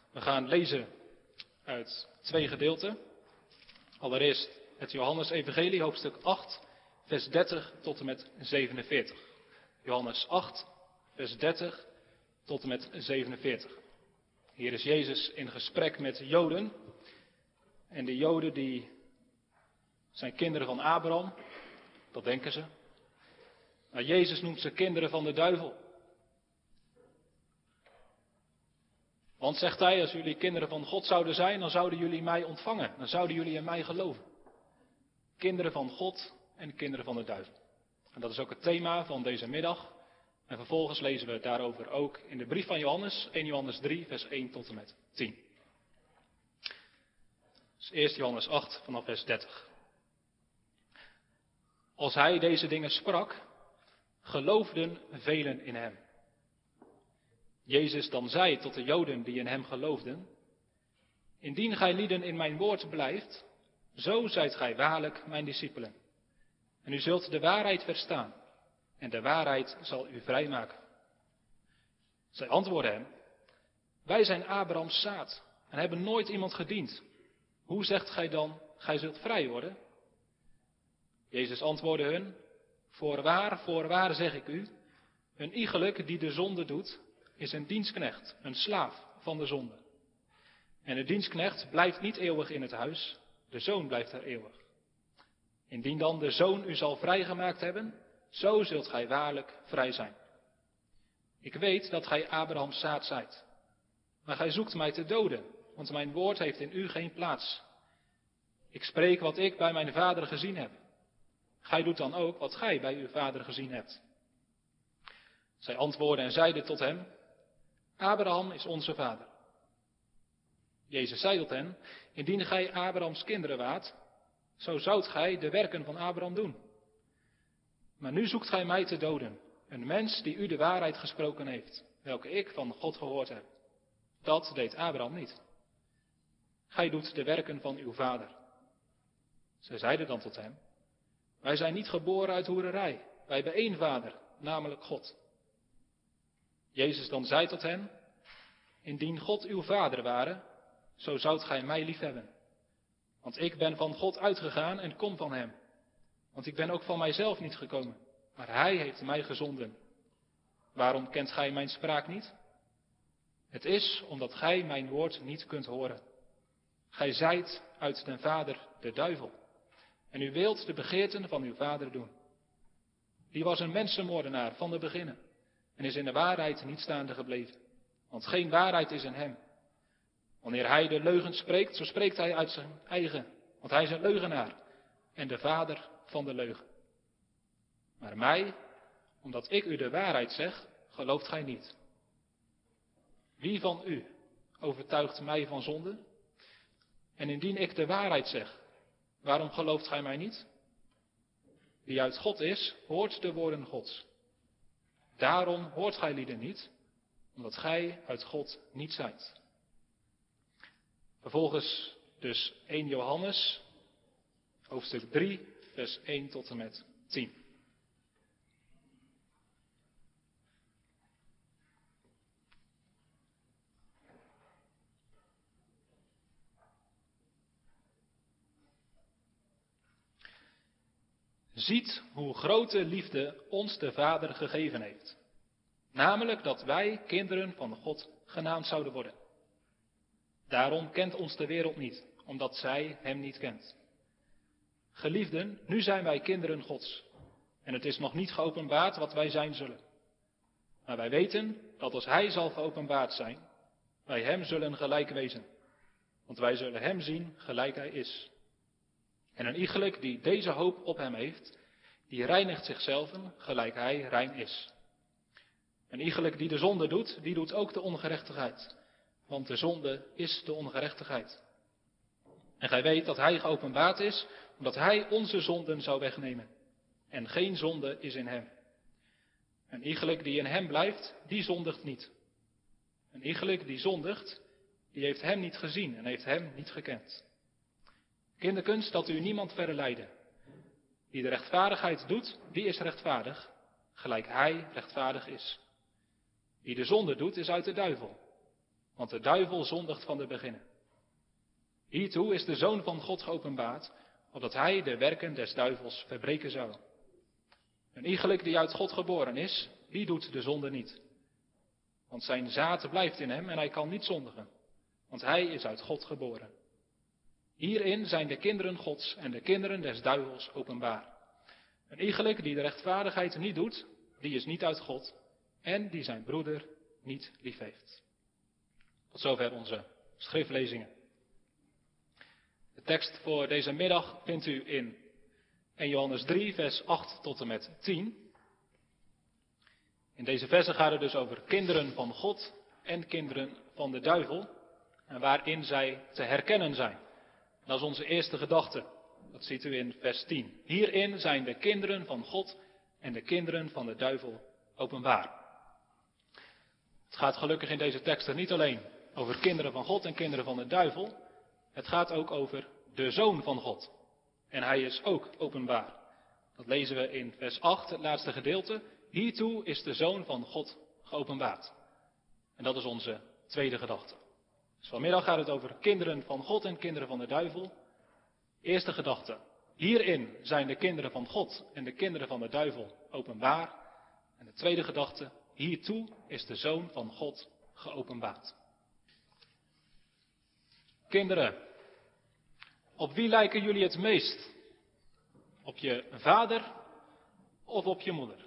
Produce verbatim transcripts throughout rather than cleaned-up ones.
We gaan lezen uit twee gedeelten. Allereerst het Johannes-evangelie, hoofdstuk acht, vers dertig tot en met zevenenveertig. Johannes acht, vers dertig tot en met zevenenveertig. Hier is Jezus in gesprek met Joden. En de Joden die zijn kinderen van Abraham, dat denken ze. Maar Jezus noemt ze kinderen van de duivel. Want, zegt hij, als jullie kinderen van God zouden zijn, dan zouden jullie mij ontvangen. Dan zouden jullie in mij geloven. Kinderen van God en kinderen van de duivel. En dat is ook het thema van deze middag. En vervolgens lezen we daarover ook in de brief van Johannes, eerste Johannes drie, vers één tot en met tien. Dus eerst Johannes acht, vanaf vers dertig. Als hij deze dingen sprak, geloofden velen in hem. Jezus dan zei tot de Joden die in hem geloofden: Indien gij lieden in mijn woord blijft, zo zijt gij waarlijk mijn discipelen. En u zult de waarheid verstaan, en de waarheid zal u vrijmaken. Zij antwoordden hem: Wij zijn Abrahams zaad en hebben nooit iemand gediend. Hoe zegt gij dan, gij zult vrij worden? Jezus antwoordde hun: Voorwaar, voorwaar zeg ik u, een iegelijk die de zonde doet, is een dienstknecht, een slaaf van de zonde. En de dienstknecht blijft niet eeuwig in het huis, de zoon blijft er eeuwig. Indien dan de zoon u zal vrijgemaakt hebben, zo zult gij waarlijk vrij zijn. Ik weet dat gij Abrahams zaad zijt, maar gij zoekt mij te doden, want mijn woord heeft in u geen plaats. Ik spreek wat ik bij mijn vader gezien heb. Gij doet dan ook wat gij bij uw vader gezien hebt. Zij antwoordden en zeiden tot hem: Abraham is onze vader. Jezus zei tot hen: Indien gij Abrahams kinderen waart, zo zoudt gij de werken van Abraham doen. Maar nu zoekt gij mij te doden, een mens die u de waarheid gesproken heeft, welke ik van God gehoord heb. Dat deed Abraham niet. Gij doet de werken van uw vader. Zij zeiden dan tot hem: Wij zijn niet geboren uit hoererij, wij hebben één vader, namelijk God. Jezus dan zei tot hen: Indien God uw vader ware, zo zoudt gij mij liefhebben. Want ik ben van God uitgegaan en kom van hem. Want ik ben ook van mijzelf niet gekomen, maar hij heeft mij gezonden. Waarom kent gij mijn spraak niet? Het is omdat gij mijn woord niet kunt horen. Gij zijt uit den vader de duivel. En u wilt de begeerten van uw vader doen. Die was een mensenmoordenaar van de beginnen. En is in de waarheid niet staande gebleven. Want geen waarheid is in hem. Wanneer hij de leugen spreekt, zo spreekt hij uit zijn eigen. Want hij is een leugenaar. En de vader van de leugen. Maar mij, omdat ik u de waarheid zeg, gelooft gij niet. Wie van u overtuigt mij van zonde? En indien ik de waarheid zeg, waarom gelooft gij mij niet? Wie uit God is, hoort de woorden Gods. Daarom hoort gij lieden niet, omdat gij uit God niet zijt. Vervolgens dus eerste Johannes, hoofdstuk drie, vers één tot en met tien. Ziet hoe grote liefde ons de Vader gegeven heeft. Namelijk dat wij kinderen van God genaamd zouden worden. Daarom kent ons de wereld niet, omdat zij hem niet kent. Geliefden, nu zijn wij kinderen Gods. En het is nog niet geopenbaard wat wij zijn zullen. Maar wij weten dat als hij zal geopenbaard zijn, wij hem zullen gelijk wezen. Want wij zullen hem zien gelijk hij is. En een iegelijk die deze hoop op hem heeft, die reinigt zichzelf gelijk hij rein is. Een iegelijk die de zonde doet, die doet ook de ongerechtigheid. Want de zonde is de ongerechtigheid. En gij weet dat hij geopenbaard is, omdat hij onze zonden zou wegnemen. En geen zonde is in hem. Een iegelijk die in hem blijft, die zondigt niet. Een iegelijk die zondigt, die heeft hem niet gezien en heeft hem niet gekend. Kinderkens, dat u niemand verleiden. Wie de rechtvaardigheid doet, die is rechtvaardig, gelijk hij rechtvaardig is. Wie de zonde doet, is uit de duivel. want de duivel zondigt van de beginnen. Hiertoe is de Zoon van God geopenbaard, opdat hij de werken des duivels verbreken zou. Een iegelijk die uit God geboren is, die doet de zonde niet. Want zijn zaad blijft in hem en hij kan niet zondigen, want hij is uit God geboren. Hierin zijn de kinderen Gods en de kinderen des duivels openbaar. Een iegelijk die de rechtvaardigheid niet doet, die is niet uit God en die zijn broeder niet lief heeft. Tot zover onze schriftlezingen. De tekst voor deze middag vindt u in Eerste Johannes drie, vers acht tot en met tien. In deze versen gaat het dus over kinderen van God en kinderen van de duivel en waarin zij te herkennen zijn. Dat is onze eerste gedachte. Dat ziet u in vers tien. Hierin zijn de kinderen van God en de kinderen van de duivel openbaar. Het gaat gelukkig in deze teksten niet alleen over kinderen van God en kinderen van de duivel. Het gaat ook over de Zoon van God. En hij is ook openbaar. Dat lezen we in vers acht, het laatste gedeelte. Hiertoe is de Zoon van God geopenbaard. En dat is onze tweede gedachte. Dus vanmiddag gaat het over kinderen van God en kinderen van de duivel. Eerste gedachte. Hierin zijn de kinderen van God en de kinderen van de duivel openbaar. En de tweede gedachte. Hiertoe is de Zoon van God geopenbaard. Kinderen, op wie lijken jullie het meest? Op je vader of op je moeder?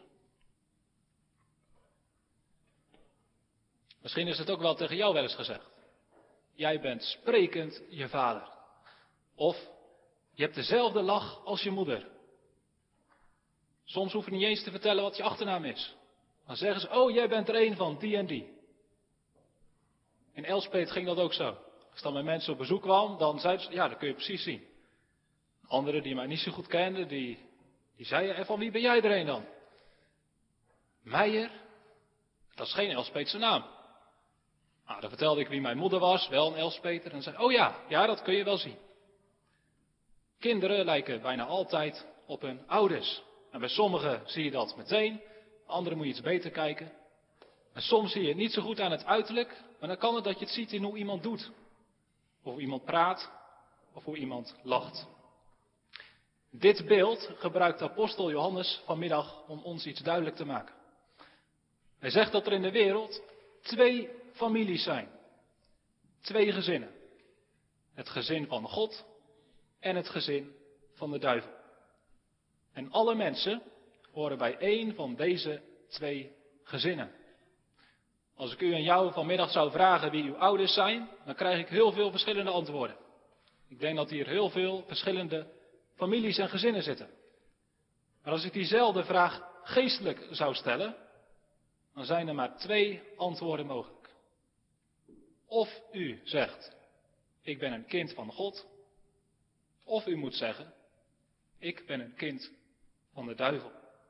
Misschien is het ook wel tegen jou wel eens gezegd. Jij bent sprekend je vader. Of je hebt dezelfde lach als je moeder. Soms hoef je niet eens te vertellen wat je achternaam is. Dan zeggen ze, oh jij bent er een van die en die. In Elspet ging dat ook zo. Als dan bij mensen op bezoek kwam, dan zeiden ze, ja dat kun je precies zien. Anderen die mij niet zo goed kenden, die, die zeiden, en van wie ben jij er een dan? Meijer? Dat is geen Elspetse naam. Nou, dan vertelde ik wie mijn moeder was, wel een Elspeter. En dan zei, oh ja, ja dat kun je wel zien. Kinderen lijken bijna altijd op hun ouders. En bij sommigen zie je dat meteen, bij anderen moet je iets beter kijken. En soms zie je het niet zo goed aan het uiterlijk, maar dan kan het dat je het ziet in hoe iemand doet. Of hoe iemand praat, of hoe iemand lacht. Dit beeld gebruikt de apostel Johannes vanmiddag om ons iets duidelijk te maken. Hij zegt dat er in de wereld twee families zijn. Twee gezinnen. Het gezin van God en het gezin van de duivel. En alle mensen horen bij één van deze twee gezinnen. Als ik u en jou vanmiddag zou vragen wie uw ouders zijn, dan krijg ik heel veel verschillende antwoorden. Ik denk dat hier heel veel verschillende families en gezinnen zitten. Maar als ik diezelfde vraag geestelijk zou stellen, dan zijn er maar twee antwoorden mogelijk. Of u zegt, ik ben een kind van God, of u moet zeggen, ik ben een kind van de duivel.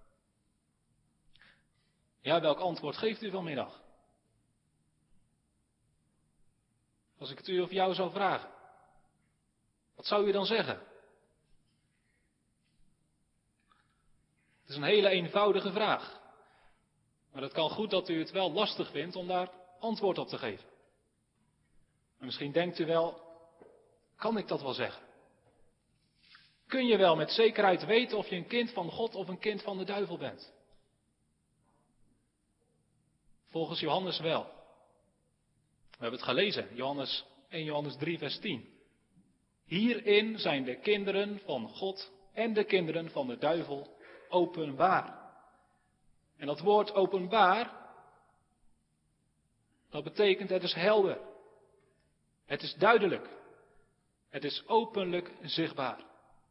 Ja, welk antwoord geeft u vanmiddag? Als ik het u of jou zou vragen, wat zou u dan zeggen? Het is een hele eenvoudige vraag. Maar het kan goed dat u het wel lastig vindt om daar antwoord op te geven. En misschien denkt u wel, kan ik dat wel zeggen? Kun je wel met zekerheid weten of je een kind van God of een kind van de duivel bent? Volgens Johannes wel. We hebben het gelezen, Johannes, Eerste Johannes drie vers tien. Hierin zijn de kinderen van God en de kinderen van de duivel openbaar. En dat woord openbaar, dat betekent het is helder. Het is duidelijk. Het is openlijk zichtbaar.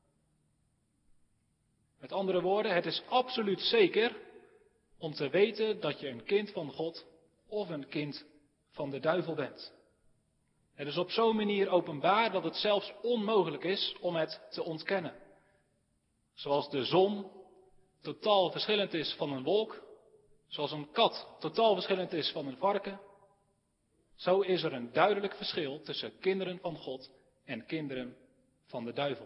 Met andere woorden, het is absoluut zeker om te weten dat je een kind van God of een kind van de duivel bent. Het is op zo'n manier openbaar dat het zelfs onmogelijk is om het te ontkennen. Zoals de zon totaal verschillend is van een wolk, zoals een kat totaal verschillend is van een varken, zo is er een duidelijk verschil tussen kinderen van God en kinderen van de duivel.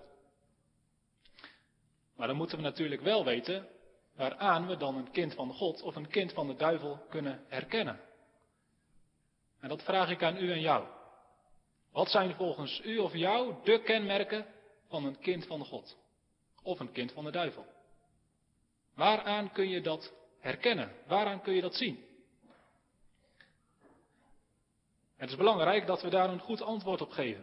Maar dan moeten we natuurlijk wel weten waaraan we dan een kind van God of een kind van de duivel kunnen herkennen. En dat vraag ik aan u en jou. Wat zijn volgens u of jou de kenmerken van een kind van God? Of een kind van de duivel? Waaraan kun je dat herkennen? Waaraan kun je dat zien? Het is belangrijk dat we daar een goed antwoord op geven.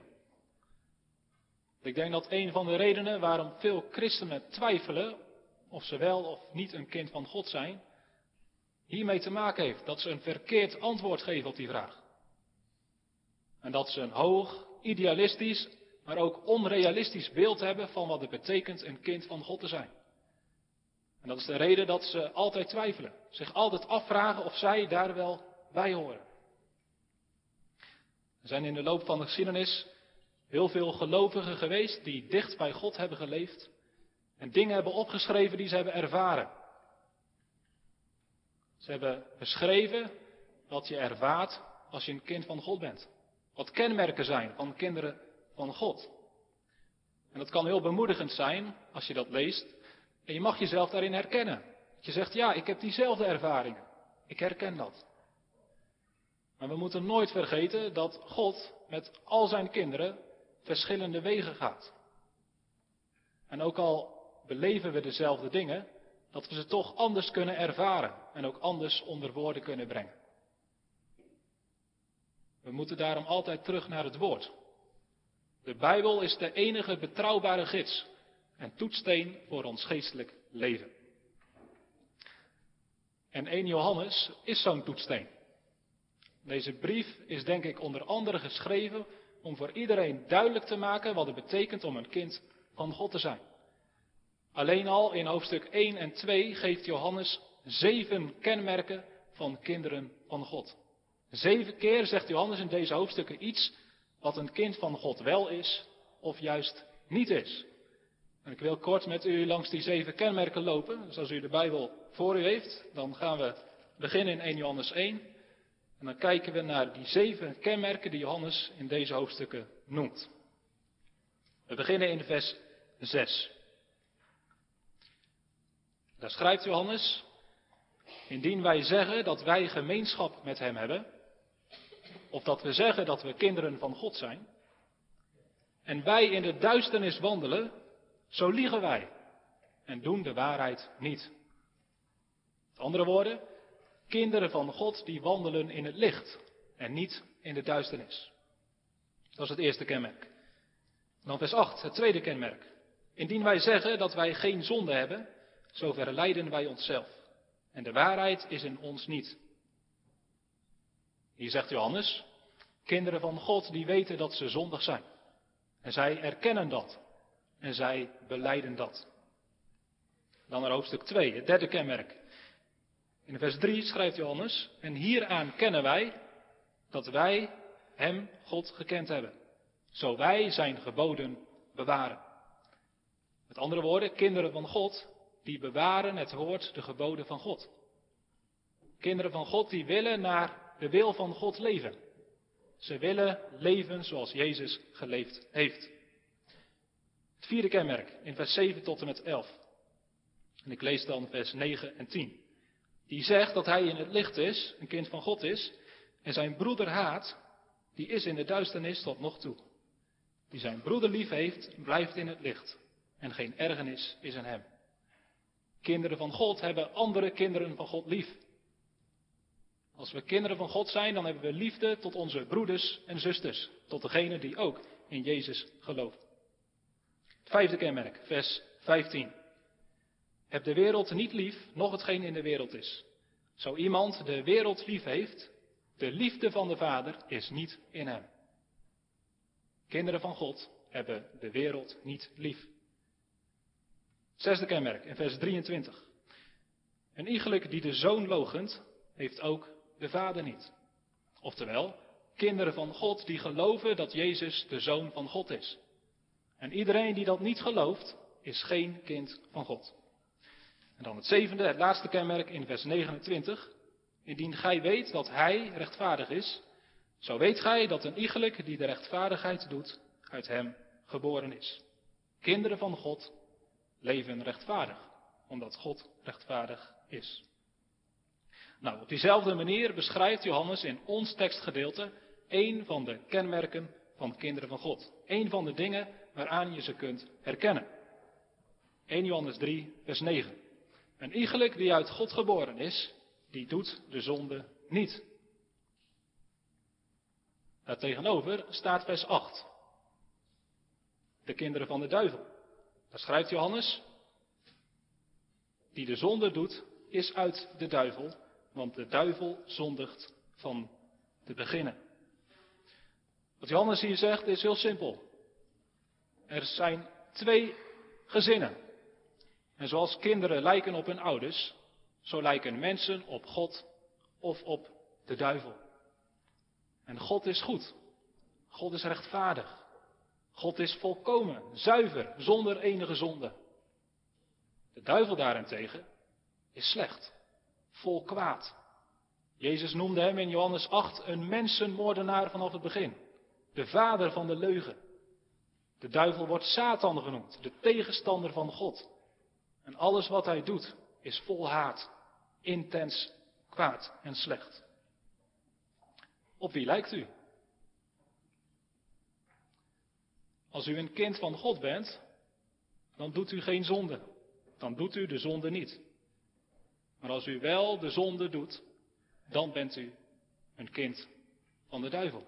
Ik denk dat een van de redenen waarom veel christenen twijfelen of ze wel of niet een kind van God zijn, hiermee te maken heeft dat ze een verkeerd antwoord geven op die vraag. En dat ze een hoog, idealistisch, maar ook onrealistisch beeld hebben van wat het betekent een kind van God te zijn. En dat is de reden dat ze altijd twijfelen, zich altijd afvragen of zij daar wel bij horen. Er zijn in de loop van de geschiedenis heel veel gelovigen geweest die dicht bij God hebben geleefd en dingen hebben opgeschreven die ze hebben ervaren. Ze hebben beschreven wat je ervaart als je een kind van God bent. Wat kenmerken zijn van kinderen van God. En dat kan heel bemoedigend zijn als je dat leest en je mag jezelf daarin herkennen. Dat je zegt, ja, ik heb diezelfde ervaringen. Ik herken dat. Maar we moeten nooit vergeten dat God met al zijn kinderen verschillende wegen gaat. En ook al beleven we dezelfde dingen, dat we ze toch anders kunnen ervaren en ook anders onder woorden kunnen brengen. We moeten daarom altijd terug naar het woord. De Bijbel is de enige betrouwbare gids en toetssteen voor ons geestelijk leven. En eerste Johannes is zo'n toetssteen. Deze brief is denk ik onder andere geschreven om voor iedereen duidelijk te maken wat het betekent om een kind van God te zijn. Alleen al in hoofdstuk één en twee geeft Johannes zeven kenmerken van kinderen van God. Zeven keer zegt Johannes in deze hoofdstukken iets wat een kind van God wel is of juist niet is. En ik wil kort met u langs die zeven kenmerken lopen. Dus als u de Bijbel voor u heeft, dan gaan we beginnen in eerste Johannes één. En dan kijken we naar die zeven kenmerken die Johannes in deze hoofdstukken noemt. We beginnen in vers zes. Daar schrijft Johannes: indien wij zeggen dat wij gemeenschap met hem hebben, of dat we zeggen dat we kinderen van God zijn, en wij in de duisternis wandelen, zo liegen wij en doen de waarheid niet. Met andere woorden, kinderen van God die wandelen in het licht en niet in de duisternis. Dat is het eerste kenmerk. Dan vers acht, het tweede kenmerk. Indien wij zeggen dat wij geen zonde hebben, zo verleiden wij onszelf. En de waarheid is in ons niet. Hier zegt Johannes, kinderen van God die weten dat ze zondig zijn. En zij erkennen dat. En zij belijden dat. Dan naar hoofdstuk twee, het derde kenmerk. In vers drie schrijft Johannes, en hieraan kennen wij dat wij hem, God, gekend hebben. Zo wij zijn geboden bewaren. Met andere woorden, kinderen van God, die bewaren het woord, de geboden van God. Kinderen van God die willen naar de wil van God leven. Ze willen leven zoals Jezus geleefd heeft. Het vierde kenmerk, in vers zeven tot en met elf. En ik lees dan vers negen en tien. Die zegt dat hij in het licht is, een kind van God is, en zijn broeder haat, die is in de duisternis tot nog toe. Die zijn broeder lief heeft, blijft in het licht. En geen ergernis is in hem. Kinderen van God hebben andere kinderen van God lief. Als we kinderen van God zijn, dan hebben we liefde tot onze broeders en zusters. Tot degene die ook in Jezus geloven. Het vijfde kenmerk, vers vijftien. Heb de wereld niet lief, nog hetgeen in de wereld is. Zo iemand de wereld lief heeft, de liefde van de Vader is niet in hem. Kinderen van God hebben de wereld niet lief. Zesde kenmerk, in vers drieëntwintig. Een iegelijk die de zoon loochent, heeft ook de Vader niet. Oftewel, kinderen van God die geloven dat Jezus de Zoon van God is. En iedereen die dat niet gelooft, is geen kind van God. En dan het zevende, het laatste kenmerk in vers negenentwintig. Indien gij weet dat hij rechtvaardig is, zo weet gij dat een iegelijk die de rechtvaardigheid doet, uit hem geboren is. Kinderen van God leven rechtvaardig, omdat God rechtvaardig is. Nou, op diezelfde manier beschrijft Johannes in ons tekstgedeelte één van de kenmerken van kinderen van God. Eén van de dingen waaraan je ze kunt herkennen. eerste Johannes drie, vers negen. Een iegelijk die uit God geboren is, die doet de zonde niet. Daartegenover staat vers acht. De kinderen van de duivel. Daar schrijft Johannes, die de zonde doet, is uit de duivel, want de duivel zondigt van te beginnen. Wat Johannes hier zegt is heel simpel. Er zijn twee gezinnen. En zoals kinderen lijken op hun ouders, zo lijken mensen op God of op de duivel. En God is goed. God is rechtvaardig. God is volkomen, zuiver, zonder enige zonde. De duivel daarentegen is slecht, vol kwaad. Jezus noemde hem in Johannes acht een mensenmoordenaar vanaf het begin. De vader van de leugen. De duivel wordt Satan genoemd, de tegenstander van God. En alles wat hij doet is vol haat, intens, kwaad en slecht. Op wie lijkt u? Als u een kind van God bent, dan doet u geen zonde. Dan doet u de zonde niet. Maar als u wel de zonde doet, dan bent u een kind van de duivel.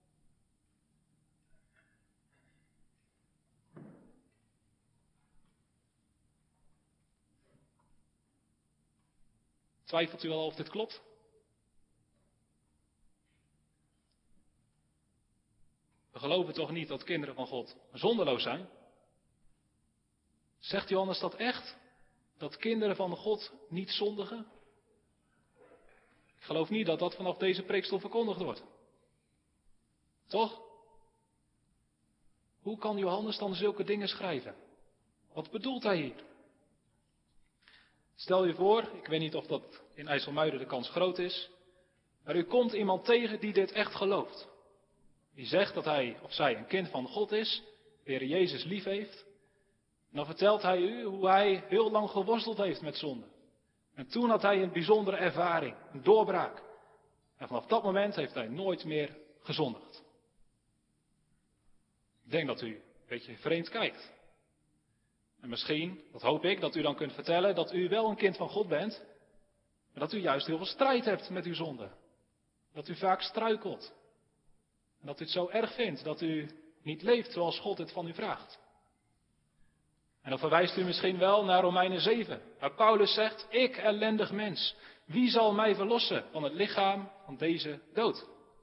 Twijfelt u al of dit klopt? We geloven toch niet dat kinderen van God zondeloos zijn? Zegt Johannes dat echt? Dat kinderen van God niet zondigen? Ik geloof niet dat dat vanaf deze preekstoel verkondigd wordt. Toch? Hoe kan Johannes dan zulke dingen schrijven? Wat bedoelt hij hier? Stel je voor, ik weet niet of dat in IJsselmuiden de kans groot is, maar u komt iemand tegen die dit echt gelooft. Die zegt dat hij of zij een kind van God is, de Heer Jezus lief heeft. En dan vertelt hij u hoe hij heel lang geworsteld heeft met zonde. En toen had hij een bijzondere ervaring, een doorbraak. En vanaf dat moment heeft hij nooit meer gezondigd. Ik denk dat u een beetje vreemd kijkt. En misschien, dat hoop ik, dat u dan kunt vertellen dat u wel een kind van God bent, maar dat u juist heel veel strijd hebt met uw zonde. Dat u vaak struikelt. En dat u het zo erg vindt dat u niet leeft zoals God het van u vraagt. En dan verwijst u misschien wel naar Romeinen zeven, waar Paulus zegt, ik ellendig mens, wie zal mij verlossen van het lichaam van deze dood?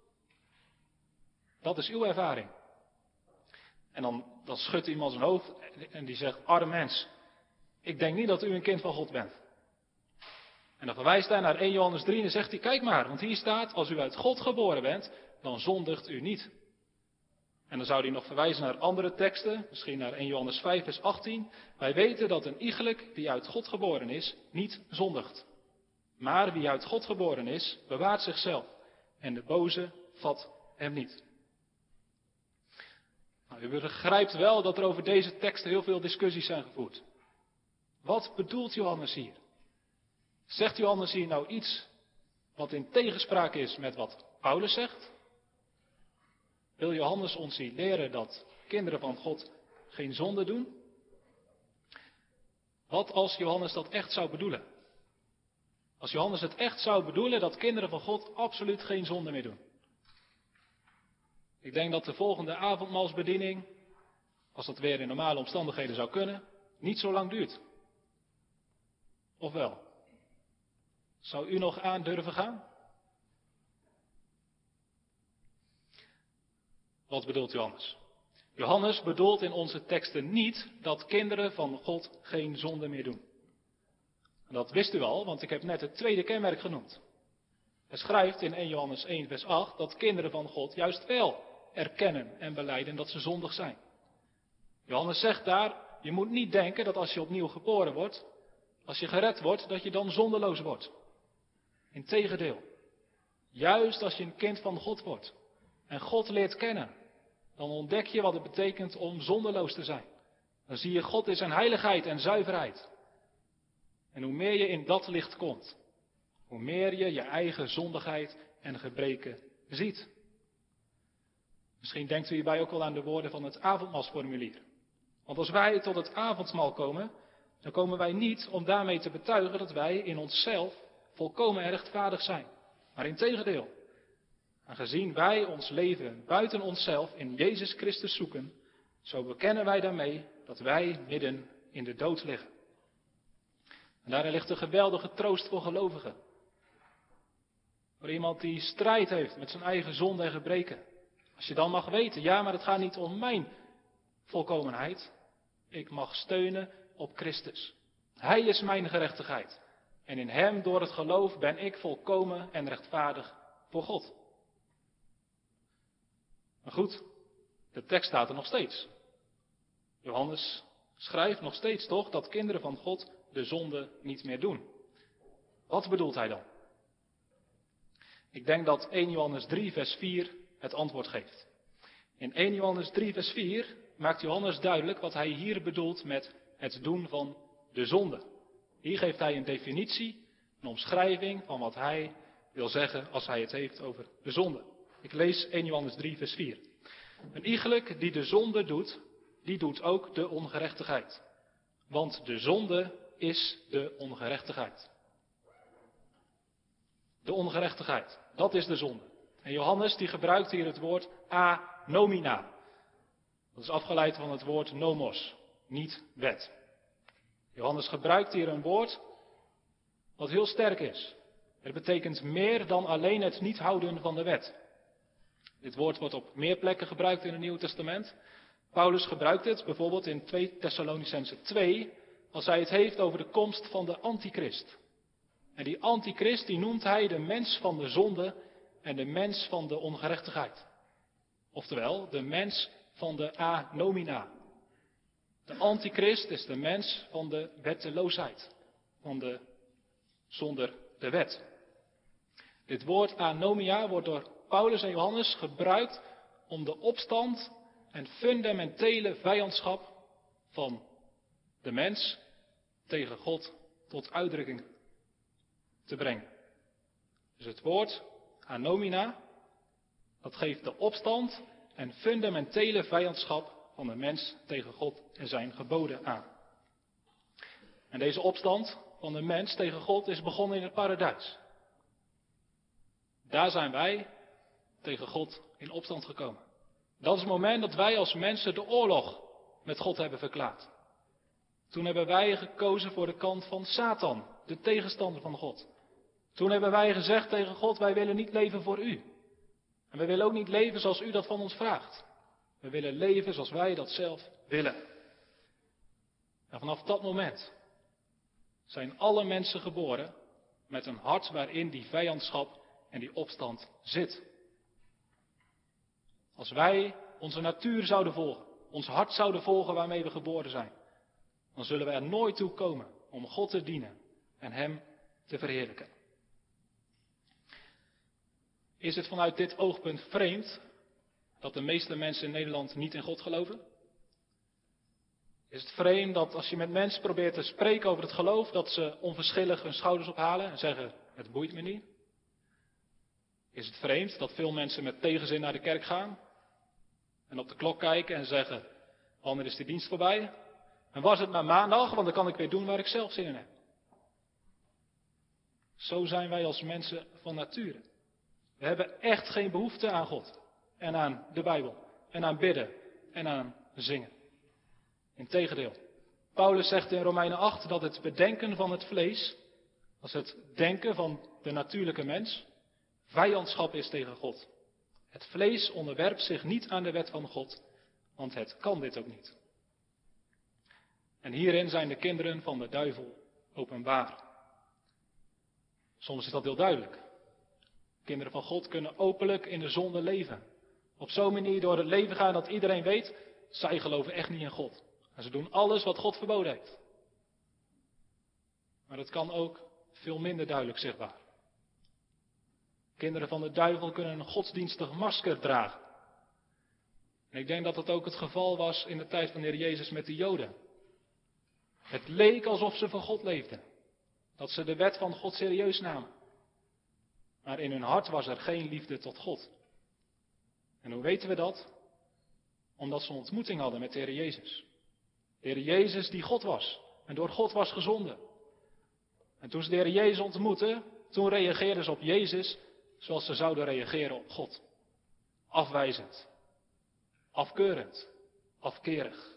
Dat is uw ervaring. En dan, dan schudt iemand zijn hoofd en die zegt, arm mens, ik denk niet dat u een kind van God bent. En dan verwijst hij naar eerste Johannes drie en zegt hij, kijk maar, want hier staat, als u uit God geboren bent, dan zondigt u niet. En dan zou hij nog verwijzen naar andere teksten, misschien naar eerste Johannes vijf, vers achttien. Wij weten dat een iegelijk die uit God geboren is, niet zondigt. Maar wie uit God geboren is, bewaart zichzelf. En de boze vat hem niet. Nou, u begrijpt wel dat er over deze teksten heel veel discussies zijn gevoerd. Wat bedoelt Johannes hier? Zegt Johannes hier nou iets wat in tegenspraak is met wat Paulus zegt? Wil Johannes ons hier leren dat kinderen van God geen zonde doen? Wat als Johannes dat echt zou bedoelen? Als Johannes het echt zou bedoelen dat kinderen van God absoluut geen zonde meer doen. Ik denk dat de volgende avondmaalsbediening, als dat weer in normale omstandigheden zou kunnen, niet zo lang duurt. Of wel? Zou u nog aan durven gaan? Wat bedoelt Johannes? Johannes bedoelt in onze teksten niet dat kinderen van God geen zonde meer doen. En dat wist u al, want ik heb net het tweede kenmerk genoemd. Hij schrijft in eerste Johannes één vers acht dat kinderen van God juist wel erkennen en belijden dat ze zondig zijn. Johannes zegt daar, je moet niet denken dat als je opnieuw geboren wordt, als je gered wordt, dat je dan zondeloos wordt. Integendeel, juist als je een kind van God wordt en God leert kennen, dan ontdek je wat het betekent om zondeloos te zijn. Dan zie je God in zijn heiligheid en zuiverheid. En hoe meer je in dat licht komt, Hoe meer je je eigen zondigheid en gebreken ziet. Misschien denkt u hierbij ook wel aan de woorden van het avondmaalsformulier. Want als wij tot het avondmaal komen, dan komen wij niet om daarmee te betuigen dat wij in onszelf volkomen en rechtvaardig zijn. Maar integendeel, aangezien wij ons leven buiten onszelf in Jezus Christus zoeken, zo bekennen wij daarmee dat wij midden in de dood liggen. En daarin ligt een geweldige troost voor gelovigen. Voor iemand die strijd heeft met zijn eigen zonde en gebreken. Als je dan mag weten, ja, maar het gaat niet om mijn volkomenheid. Ik mag steunen op Christus. Hij is mijn gerechtigheid. En in hem, door het geloof, ben ik volkomen en rechtvaardig voor God. Maar goed, de tekst staat er nog steeds. Johannes schrijft nog steeds toch dat kinderen van God de zonde niet meer doen. Wat bedoelt hij dan? Ik denk dat eerste Johannes drie vers vier het antwoord geeft. In eerste Johannes drie vers vier maakt Johannes duidelijk wat hij hier bedoelt met het doen van de zonde. Hier geeft hij een definitie, een omschrijving van wat hij wil zeggen als hij het heeft over de zonde. Ik lees eerste Johannes drie vers vier. Een iegelijk die de zonde doet, die doet ook de ongerechtigheid. Want de zonde is de ongerechtigheid. De ongerechtigheid, dat is de zonde. En Johannes die gebruikt hier het woord anomina. Dat is afgeleid van het woord nomos, niet wet. Johannes gebruikt hier een woord wat heel sterk is. Het betekent meer dan alleen het niet houden van de wet. Dit woord wordt op meer plekken gebruikt in het Nieuwe Testament. Paulus gebruikt het bijvoorbeeld in twee Thessalonicenzen twee, als hij het heeft over de komst van de antichrist. En die antichrist die noemt hij de mens van de zonde en de mens van de ongerechtigheid. Oftewel, de mens van de anomina. De antichrist is de mens van de wetteloosheid, van de zonder de wet. Dit woord anomia wordt door Paulus en Johannes gebruikt om de opstand en fundamentele vijandschap van de mens tegen God tot uitdrukking te brengen. Dus het woord anomina, dat geeft de opstand en fundamentele vijandschap van de mens tegen God en zijn geboden aan. En deze opstand van de mens tegen God is begonnen in het paradijs. Daar zijn wij tegen God in opstand gekomen. Dat is het moment dat wij als mensen de oorlog met God hebben verklaard. Toen hebben wij gekozen voor de kant van Satan, de tegenstander van God. Toen hebben wij gezegd tegen God, wij willen niet leven voor u. En we willen ook niet leven zoals u dat van ons vraagt. We willen leven zoals wij dat zelf willen. En vanaf dat moment zijn alle mensen geboren met een hart waarin die vijandschap en die opstand zit. Als wij onze natuur zouden volgen, ons hart zouden volgen waarmee we geboren zijn, dan zullen we er nooit toe komen om God te dienen en Hem te verheerlijken. Is het vanuit dit oogpunt vreemd dat de meeste mensen in Nederland niet in God geloven? Is het vreemd dat als je met mensen probeert te spreken over het geloof, dat ze onverschillig hun schouders ophalen en zeggen, het boeit me niet? Is het vreemd dat veel mensen met tegenzin naar de kerk gaan en op de klok kijken en zeggen, wanneer is de dienst voorbij? En was het maar maandag, want dan kan ik weer doen waar ik zelf zin in heb. Zo zijn wij als mensen van nature. We hebben echt geen behoefte aan God en aan de Bijbel en aan bidden en aan zingen. Integendeel, Paulus zegt in Romeinen acht dat het bedenken van het vlees, als het denken van de natuurlijke mens, vijandschap is tegen God. Het vlees onderwerpt zich niet aan de wet van God, want het kan dit ook niet. En hierin zijn de kinderen van de duivel openbaar. Soms is dat heel duidelijk. Kinderen van God kunnen openlijk in de zonde leven. Op zo'n manier door het leven gaan dat iedereen weet, zij geloven echt niet in God. En ze doen alles wat God verboden heeft. Maar het kan ook veel minder duidelijk zichtbaar. Kinderen van de duivel kunnen een godsdienstig masker dragen. En ik denk dat dat ook het geval was in de tijd van de Heer Jezus met de Joden. Het leek alsof ze voor God leefden. Dat ze de wet van God serieus namen. maar in hun hart was er geen liefde tot God. En hoe weten we dat? Omdat ze een ontmoeting hadden met de Heer Jezus. De Heer Jezus die God was en door God was gezonden. En toen ze de Heer Jezus ontmoetten, toen reageerden ze op Jezus zoals ze zouden reageren op God. Afwijzend, afkeurend, afkerig.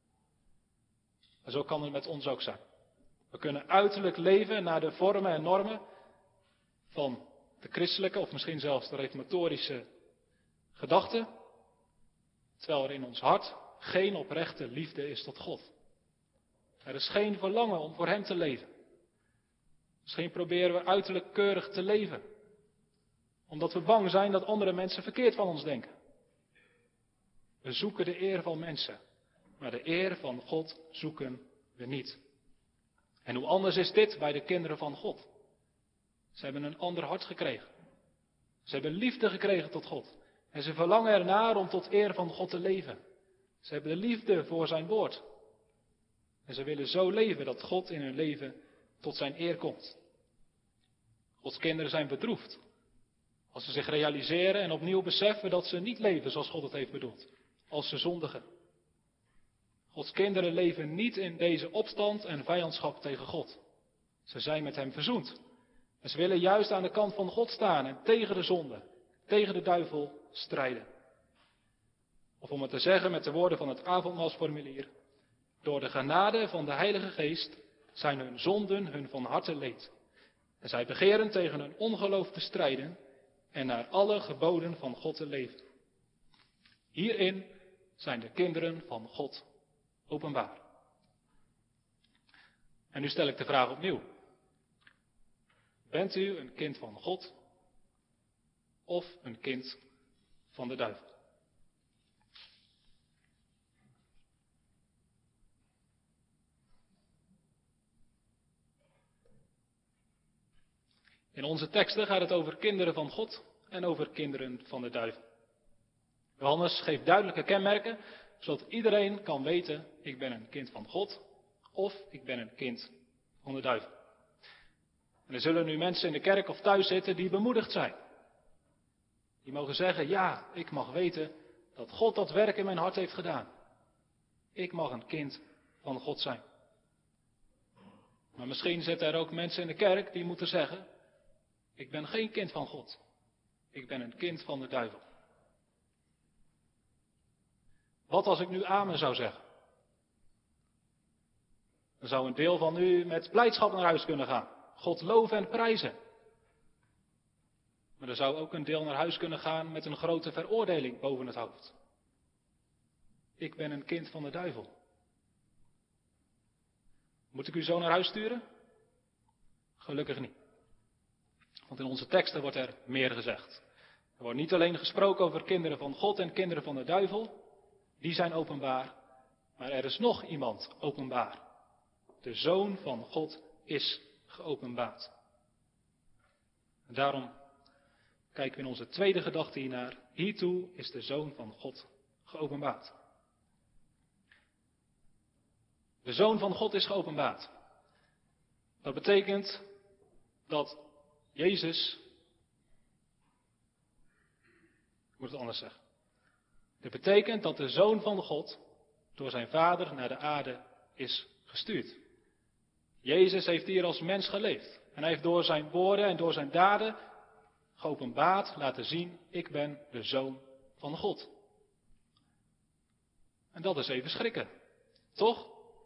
En zo kan het met ons ook zijn. We kunnen uiterlijk leven naar de vormen en normen van de christelijke of misschien zelfs de reformatorische gedachten, terwijl er in ons hart geen oprechte liefde is tot God. Er is geen verlangen om voor Hem te leven. Misschien proberen we uiterlijk keurig te leven, omdat we bang zijn dat andere mensen verkeerd van ons denken. We zoeken de eer van mensen, maar de eer van God zoeken we niet. En hoe anders is dit bij de kinderen van God? Ze hebben een ander hart gekregen. Ze hebben liefde gekregen tot God. En ze verlangen ernaar om tot eer van God te leven. Ze hebben de liefde voor zijn woord. En ze willen zo leven dat God in hun leven tot zijn eer komt. Gods kinderen zijn bedroefd als ze zich realiseren en opnieuw beseffen dat ze niet leven zoals God het heeft bedoeld. Als ze zondigen. Gods kinderen leven niet in deze opstand en vijandschap tegen God. Ze zijn met hem verzoend. En ze willen juist aan de kant van God staan en tegen de zonde, tegen de duivel strijden. Of om het te zeggen met de woorden van het avondmaalsformulier. Door de genade van de Heilige Geest zijn hun zonden hun van harte leed. En zij begeren tegen hun ongeloof te strijden en naar alle geboden van God te leven. Hierin zijn de kinderen van God openbaar. En nu stel ik de vraag opnieuw. Bent u een kind van God of een kind van de duivel? In onze teksten gaat het over kinderen van God en over kinderen van de duivel. Johannes geeft duidelijke kenmerken, zodat iedereen kan weten, ik ben een kind van God of ik ben een kind van de duivel. En er zullen nu mensen in de kerk of thuis zitten die bemoedigd zijn. Die mogen zeggen, ja, ik mag weten dat God dat werk in mijn hart heeft gedaan. Ik mag een kind van God zijn. Maar misschien zitten er ook mensen in de kerk die moeten zeggen, ik ben geen kind van God. Ik ben een kind van de duivel. Wat als ik nu amen zou zeggen? Dan zou een deel van u met blijdschap naar huis kunnen gaan. God loven en prijzen. Maar er zou ook een deel naar huis kunnen gaan met een grote veroordeling boven het hoofd. Ik ben een kind van de duivel. Moet ik u zo naar huis sturen? Gelukkig niet. Want in onze teksten wordt er meer gezegd. Er wordt niet alleen gesproken over kinderen van God en kinderen van de duivel. Die zijn openbaar. Maar er is nog iemand openbaar. De Zoon van God is geopenbaard. En daarom kijken we in onze tweede gedachte hiernaar. Hiertoe is de Zoon van God geopenbaard. De Zoon van God is geopenbaard. Dat betekent dat Jezus, ik moet het anders zeggen. Dat betekent dat de Zoon van God door zijn Vader naar de aarde is gestuurd. Jezus heeft hier als mens geleefd. En hij heeft door zijn woorden en door zijn daden geopenbaard laten zien, ik ben de Zoon van God. En dat is even schrikken, toch?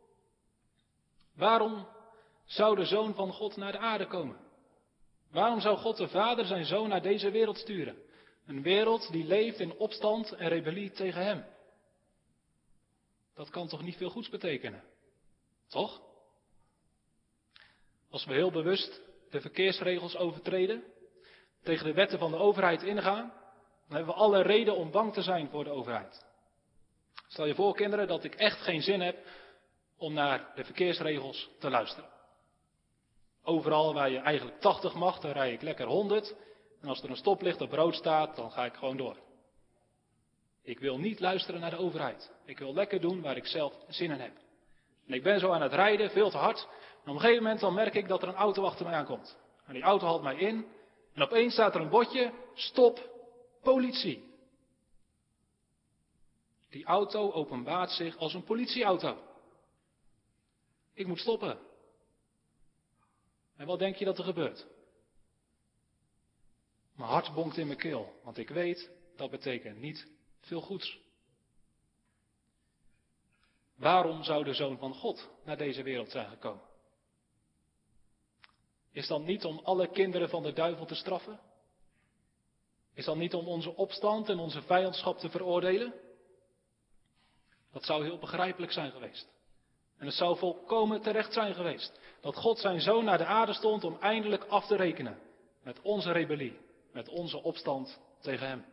Waarom zou de Zoon van God naar de aarde komen? Waarom zou God de Vader zijn Zoon naar deze wereld sturen? Een wereld die leeft in opstand en rebellie tegen hem. Dat kan toch niet veel goeds betekenen? Toch? Als we heel bewust de verkeersregels overtreden, tegen de wetten van de overheid ingaan, dan hebben we alle reden om bang te zijn voor de overheid. Stel je voor, kinderen, dat ik echt geen zin heb om naar de verkeersregels te luisteren. Overal waar je eigenlijk tachtig mag, dan rij ik lekker honderd. En als er een stoplicht op rood staat, dan ga ik gewoon door. Ik wil niet luisteren naar de overheid. Ik wil lekker doen waar ik zelf zin in heb. En ik ben zo aan het rijden, veel te hard. En op een gegeven moment dan merk ik dat er een auto achter mij aankomt. En die auto haalt mij in. En opeens staat er een bordje, stop, politie. Die auto openbaart zich als een politieauto. Ik moet stoppen. En wat denk je dat er gebeurt? Mijn hart bonkt in mijn keel, want ik weet, dat betekent niet veel goeds. Waarom zou de Zoon van God naar deze wereld zijn gekomen? Is dat niet om alle kinderen van de duivel te straffen? Is dat niet om onze opstand en onze vijandschap te veroordelen? Dat zou heel begrijpelijk zijn geweest. En het zou volkomen terecht zijn geweest dat God zijn Zoon naar de aarde stond om eindelijk af te rekenen met onze rebellie, met onze opstand tegen hem.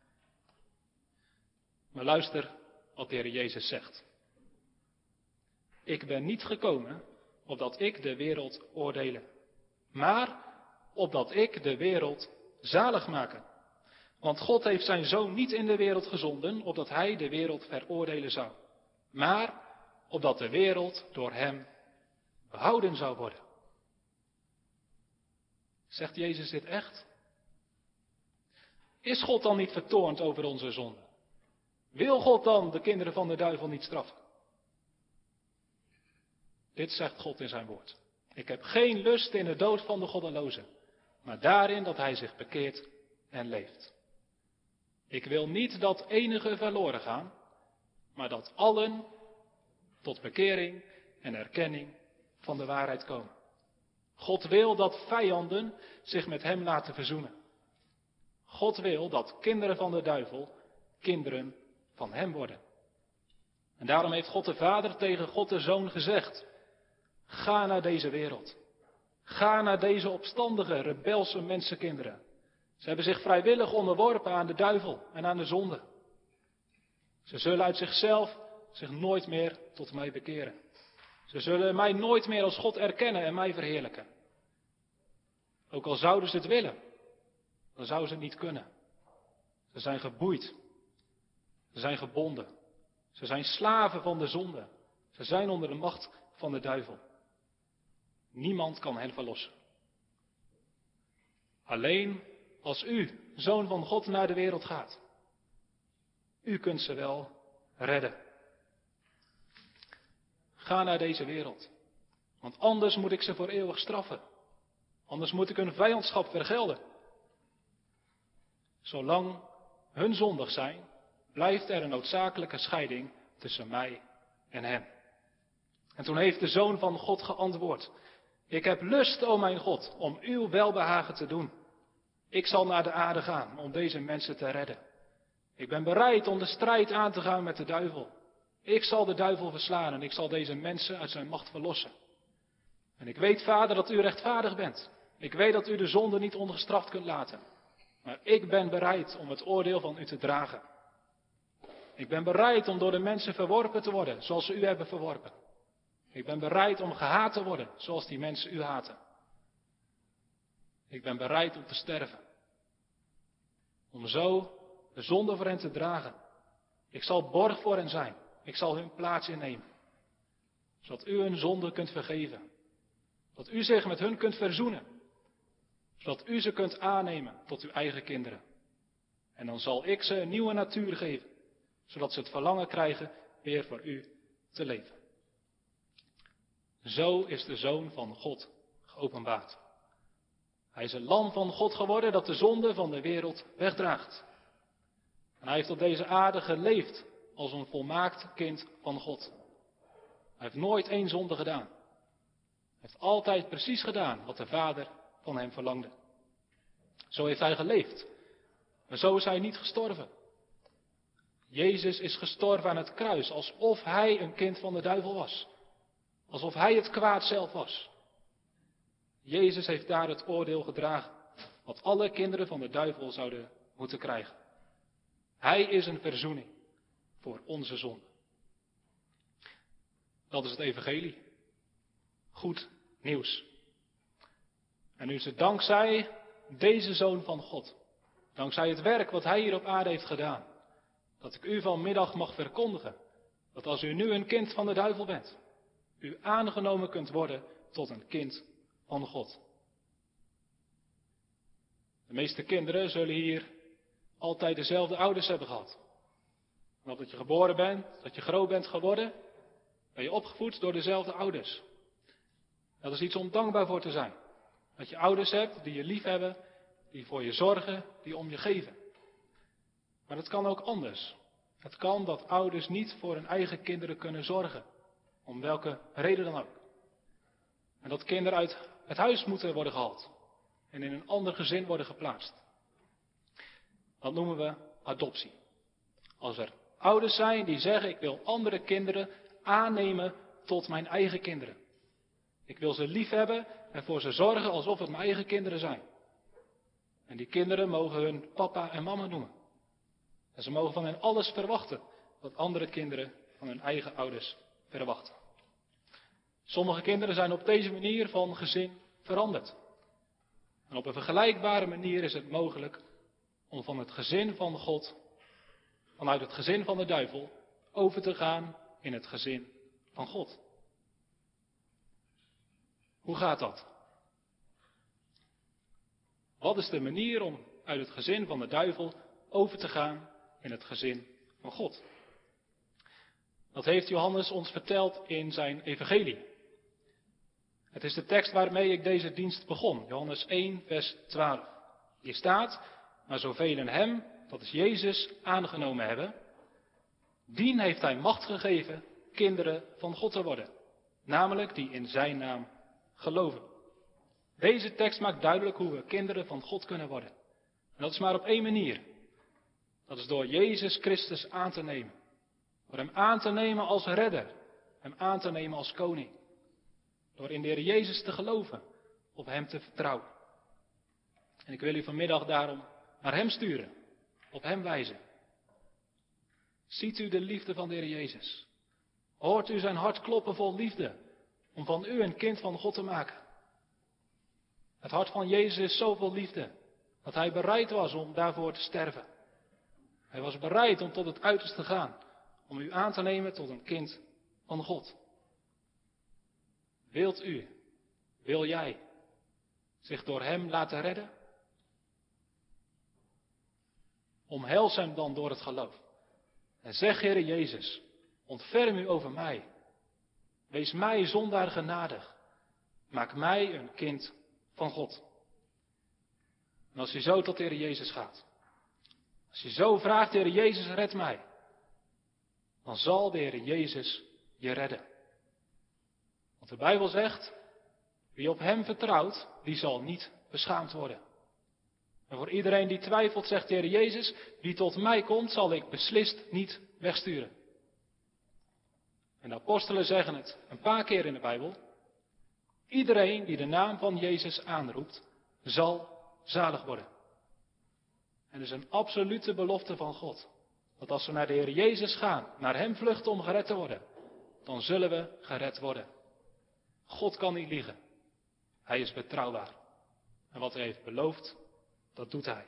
Maar luister wat de Heer Jezus zegt. Ik ben niet gekomen opdat ik de wereld oordelen, maar opdat ik de wereld zalig maken. Want God heeft zijn Zoon niet in de wereld gezonden, opdat hij de wereld veroordelen zou, maar opdat de wereld door hem behouden zou worden. Zegt Jezus dit echt? Is God dan niet vertoornd over onze zonde? Wil God dan de kinderen van de duivel niet straffen? Dit zegt God in zijn woord. Ik heb geen lust in de dood van de goddeloze, maar daarin dat hij zich bekeert en leeft. Ik wil niet dat enige verloren gaan, maar dat allen tot bekering en erkenning van de waarheid komen. God wil dat vijanden zich met hem laten verzoenen. God wil dat kinderen van de duivel kinderen van hem worden. En daarom heeft God de Vader tegen God de Zoon gezegd: ga naar deze wereld. Ga naar deze opstandige, rebelse mensenkinderen. Ze hebben zich vrijwillig onderworpen aan de duivel en aan de zonde. Ze zullen uit zichzelf zich nooit meer tot mij bekeren. Ze zullen mij nooit meer als God erkennen en mij verheerlijken. Ook al zouden ze het willen, dan zouden ze het niet kunnen. Ze zijn geboeid. Ze zijn gebonden. Ze zijn slaven van de zonde. Ze zijn onder de macht van de duivel. Niemand kan hen verlossen. Alleen als u, Zoon van God, naar de wereld gaat. U kunt ze wel redden. Ga naar deze wereld. Want anders moet ik ze voor eeuwig straffen. Anders moet ik hun vijandschap vergelden. Zolang hun zondig zijn, blijft er een noodzakelijke scheiding tussen mij en hen. En toen heeft de Zoon van God geantwoord: ik heb lust, o mijn God, om uw welbehagen te doen. Ik zal naar de aarde gaan om deze mensen te redden. Ik ben bereid om de strijd aan te gaan met de duivel. Ik zal de duivel verslaan en ik zal deze mensen uit zijn macht verlossen. En ik weet, Vader, dat u rechtvaardig bent. Ik weet dat u de zonde niet ongestraft kunt laten. Maar ik ben bereid om het oordeel van u te dragen. Ik ben bereid om door de mensen verworpen te worden, zoals ze u hebben verworpen. Ik ben bereid om gehaat te worden, zoals die mensen u haten. Ik ben bereid om te sterven. Om zo de zonde voor hen te dragen. Ik zal borg voor hen zijn. Ik zal hun plaats innemen. Zodat u hun zonde kunt vergeven. Dat u zich met hun kunt verzoenen. Zodat u ze kunt aannemen tot uw eigen kinderen. En dan zal ik ze een nieuwe natuur geven. Zodat ze het verlangen krijgen weer voor u te leven. Zo is de Zoon van God geopenbaard. Hij is een lam van God geworden dat de zonde van de wereld wegdraagt. En hij heeft op deze aarde geleefd als een volmaakt kind van God. Hij heeft nooit één zonde gedaan. Hij heeft altijd precies gedaan wat de Vader van hem verlangde. Zo heeft hij geleefd. Maar zo is hij niet gestorven. Jezus is gestorven aan het kruis alsof hij een kind van de duivel was. Alsof hij het kwaad zelf was. Jezus heeft daar het oordeel gedragen wat alle kinderen van de duivel zouden moeten krijgen. Hij is een verzoening voor onze zonde. Dat is het evangelie. Goed nieuws. En nu is het dankzij deze Zoon van God, dankzij het werk wat hij hier op aarde heeft gedaan, dat ik u vanmiddag mag verkondigen, dat als u nu een kind van de duivel bent, u aangenomen kunt worden tot een kind van God. De meeste kinderen zullen hier altijd dezelfde ouders hebben gehad. En dat je geboren bent, dat je groot bent geworden, ben je opgevoed door dezelfde ouders. Dat is iets om dankbaar voor te zijn. Dat je ouders hebt die je lief hebben, die voor je zorgen, die om je geven. Maar het kan ook anders. Het kan dat ouders niet voor hun eigen kinderen kunnen zorgen. Om welke reden dan ook. En dat kinderen uit het huis moeten worden gehaald. En in een ander gezin worden geplaatst. Dat noemen we adoptie. Als er ouders zijn die zeggen, ik wil andere kinderen aannemen tot mijn eigen kinderen. Ik wil ze lief hebben en voor ze zorgen alsof het mijn eigen kinderen zijn. En die kinderen mogen hun papa en mama noemen. En ze mogen van hen alles verwachten wat andere kinderen van hun eigen ouders verwachten. Sommige kinderen zijn op deze manier van gezin veranderd. En op een vergelijkbare manier is het mogelijk om van het gezin van God, vanuit het gezin van de duivel, over te gaan in het gezin van God. Hoe gaat dat? Wat is de manier om uit het gezin van de duivel over te gaan in het gezin van God? Dat heeft Johannes ons verteld in zijn evangelie. Het is de tekst waarmee ik deze dienst begon, Johannes één, vers twaalf. Hier staat, maar zoveel hem, dat is Jezus, aangenomen hebben, dien heeft hij macht gegeven kinderen van God te worden. Namelijk die in zijn naam geloven. Deze tekst maakt duidelijk hoe we kinderen van God kunnen worden. En dat is maar op één manier. Dat is door Jezus Christus aan te nemen. Door hem aan te nemen als redder. Hem aan te nemen als koning. Door in de Heer Jezus te geloven. Op hem te vertrouwen. En ik wil u vanmiddag daarom naar hem sturen. Op hem wijzen. Ziet u de liefde van de Heer Jezus? Hoort u zijn hart kloppen vol liefde? Om van u een kind van God te maken. Het hart van Jezus is zo vol liefde. Dat hij bereid was om daarvoor te sterven. Hij was bereid om tot het uiterste te gaan. Om u aan te nemen tot een kind van God. Wilt u, wil jij zich door hem laten redden? Omhels hem dan door het geloof. En zeg, Heere Jezus, ontferm u over mij. Wees mij zondaar genadig. Maak mij een kind van God. En als je zo tot de Heer Jezus gaat. Als je zo vraagt, Heer Jezus, red mij. Dan zal de Heer Jezus je redden. Want de Bijbel zegt, wie op hem vertrouwt, die zal niet beschaamd worden. En voor iedereen die twijfelt, zegt de Heer Jezus, wie tot mij komt, zal ik beslist niet wegsturen. En de apostelen zeggen het een paar keer in de Bijbel. Iedereen die de naam van Jezus aanroept, zal zalig worden. En het is een absolute belofte van God. Dat als we naar de Heer Jezus gaan, naar hem vluchten om gered te worden, dan zullen we gered worden. God kan niet liegen. Hij is betrouwbaar. En wat hij heeft beloofd, dat doet hij.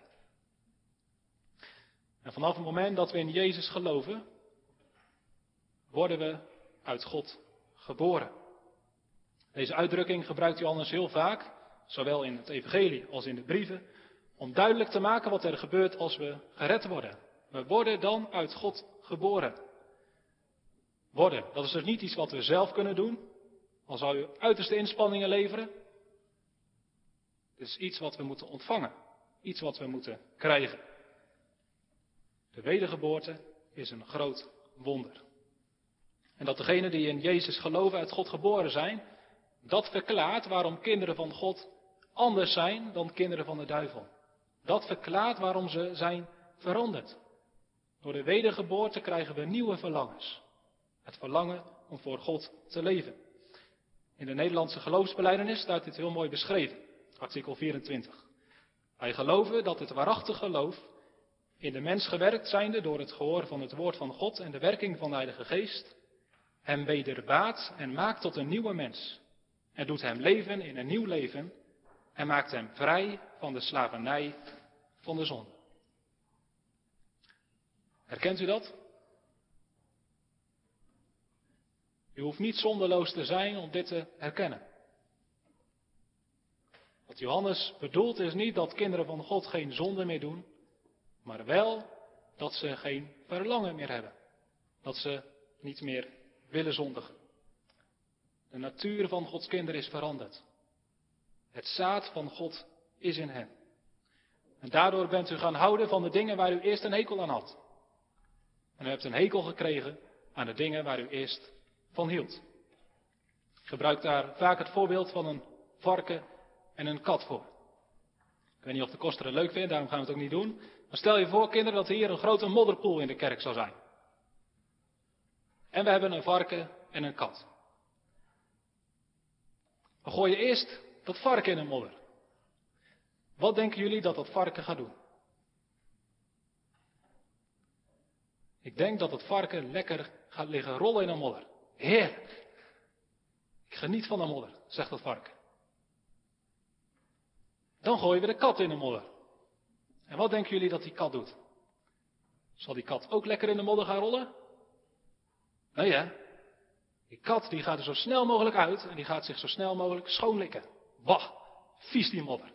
En vanaf het moment dat we in Jezus geloven, worden we uit God geboren. Deze uitdrukking gebruikt Johannes heel vaak, zowel in het evangelie als in de brieven, om duidelijk te maken wat er gebeurt als we gered worden. We worden dan uit God geboren. Worden, dat is dus niet iets wat we zelf kunnen doen, al zou u uiterste inspanningen leveren. Het is iets wat we moeten ontvangen, iets wat we moeten krijgen. De wedergeboorte is een groot wonder. En dat degenen die in Jezus geloven uit God geboren zijn, dat verklaart waarom kinderen van God anders zijn dan kinderen van de duivel. Dat verklaart waarom ze zijn veranderd. Door de wedergeboorte krijgen we nieuwe verlangens. Het verlangen om voor God te leven. In de Nederlandse geloofsbelijdenis staat dit heel mooi beschreven. Artikel vierentwintig. Wij geloven dat het waarachtig geloof in de mens gewerkt zijnde door het gehoor van het woord van God en de werking van de Heilige Geest hem wederbaat en maakt tot een nieuwe mens. En doet hem leven in een nieuw leven en maakt hem vrij van de slavernij van de zonde. Herkent u dat? U hoeft niet zondeloos te zijn om dit te herkennen. Wat Johannes bedoelt is niet dat kinderen van God geen zonde meer doen, maar wel dat ze geen verlangen meer hebben. Dat ze niet meer willen zondigen. De natuur van Gods kinderen is veranderd. Het zaad van God is in hen. En daardoor bent u gaan houden van de dingen waar u eerst een hekel aan had. En u hebt een hekel gekregen aan de dingen waar u eerst van hield. Ik gebruik daar vaak het voorbeeld van een varken en een kat voor. Ik weet niet of de koster het leuk vindt, daarom gaan we het ook niet doen. Maar stel je voor, kinderen, dat hier een grote modderpoel in de kerk zou zijn. En we hebben een varken en een kat. We gooien eerst dat varken in de modder. Wat denken jullie dat dat varken gaat doen? Ik denk dat het varken lekker gaat liggen rollen in de modder. Heerlijk. Ik geniet van de modder, zegt het varken. Dan gooien we de kat in de modder. En wat denken jullie dat die kat doet? Zal die kat ook lekker in de modder gaan rollen? Nee hè? Die kat die gaat er zo snel mogelijk uit en die gaat zich zo snel mogelijk schoonlikken. Bah, vies die modder.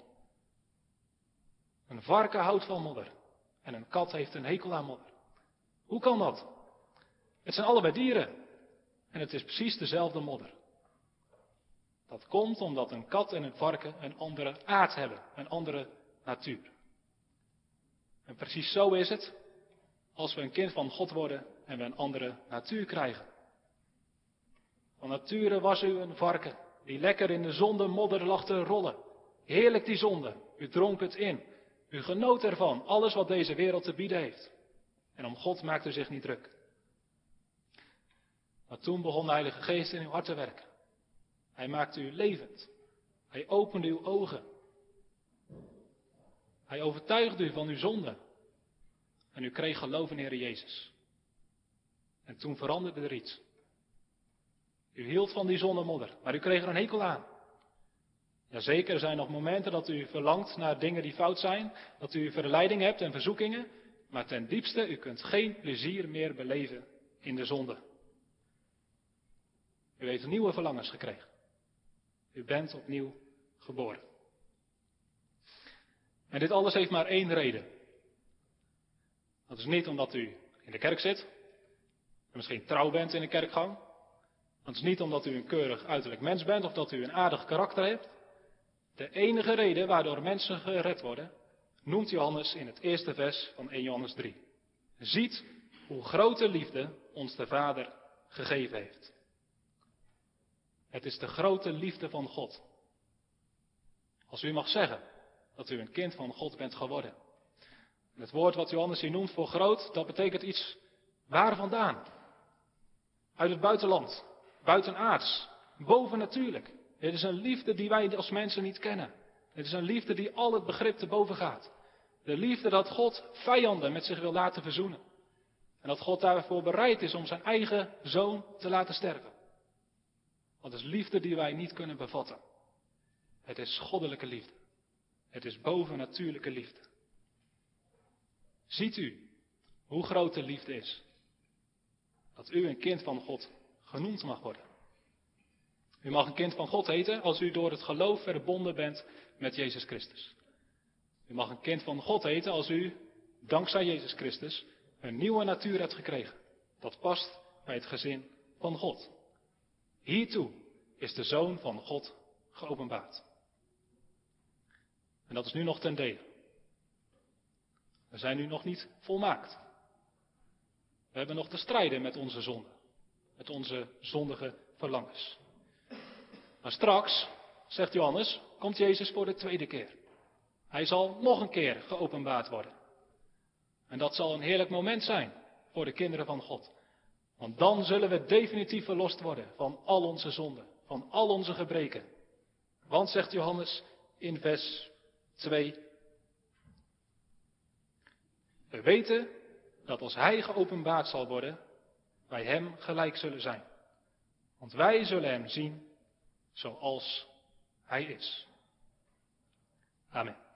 Een varken houdt van modder en een kat heeft een hekel aan modder. Hoe kan dat? Het zijn allebei dieren en het is precies dezelfde modder. Dat komt omdat een kat en een varken een andere aard hebben, een andere natuur. En precies zo is het als we een kind van God worden en we een andere natuur krijgen. Van nature was u een varken die lekker in de zonde modder lag te rollen. Heerlijk die zonde, u dronk het in. U genoot ervan, alles wat deze wereld te bieden heeft. En om God maakt u zich niet druk. Maar toen begon de Heilige Geest in uw hart te werken. Hij maakte u levend. Hij opende uw ogen. Hij overtuigde u van uw zonde. En u kreeg geloof in Heer Jezus. En toen veranderde er iets. U hield van die zondemodder, maar u kreeg er een hekel aan. Jazeker, er zijn nog momenten dat u verlangt naar dingen die fout zijn, dat u verleiding hebt en verzoekingen, maar ten diepste, u kunt geen plezier meer beleven in de zonde. U heeft nieuwe verlangens gekregen. U bent opnieuw geboren. En dit alles heeft maar één reden. Dat is niet omdat u in de kerk zit, en misschien trouw bent in de kerkgang. Dat is niet omdat u een keurig uiterlijk mens bent of dat u een aardig karakter hebt. De enige reden waardoor mensen gered worden, noemt Johannes in het eerste vers van eerste Johannes drie. Ziet hoe grote liefde ons de Vader gegeven heeft. Het is de grote liefde van God. Als u mag zeggen dat u een kind van God bent geworden. En het woord wat Johannes hier noemt voor groot, dat betekent iets waar vandaan. Uit het buitenland, buitenaards, bovennatuurlijk. Dit is een liefde die wij als mensen niet kennen. Dit is een liefde die al het begrip te boven gaat. De liefde dat God vijanden met zich wil laten verzoenen. En dat God daarvoor bereid is om zijn eigen zoon te laten sterven. Dat is liefde die wij niet kunnen bevatten. Het is goddelijke liefde. Het is bovennatuurlijke liefde. Ziet u hoe groot de liefde is? Dat u een kind van God genoemd mag worden. U mag een kind van God heten als u door het geloof verbonden bent met Jezus Christus. U mag een kind van God heten als u, dankzij Jezus Christus, een nieuwe natuur hebt gekregen. Dat past bij het gezin van God. Hiertoe is de Zoon van God geopenbaard. En dat is nu nog ten dele. We zijn nu nog niet volmaakt. We hebben nog te strijden met onze zonde. Met onze zondige verlangens. Maar straks, zegt Johannes, komt Jezus voor de tweede keer. Hij zal nog een keer geopenbaard worden. En dat zal een heerlijk moment zijn voor de kinderen van God. Want dan zullen we definitief verlost worden van al onze zonden, van al onze gebreken. Want, zegt Johannes in vers twee, we weten dat als hij geopenbaard zal worden, wij hem gelijk zullen zijn. Want wij zullen hem zien zoals hij is. Amen.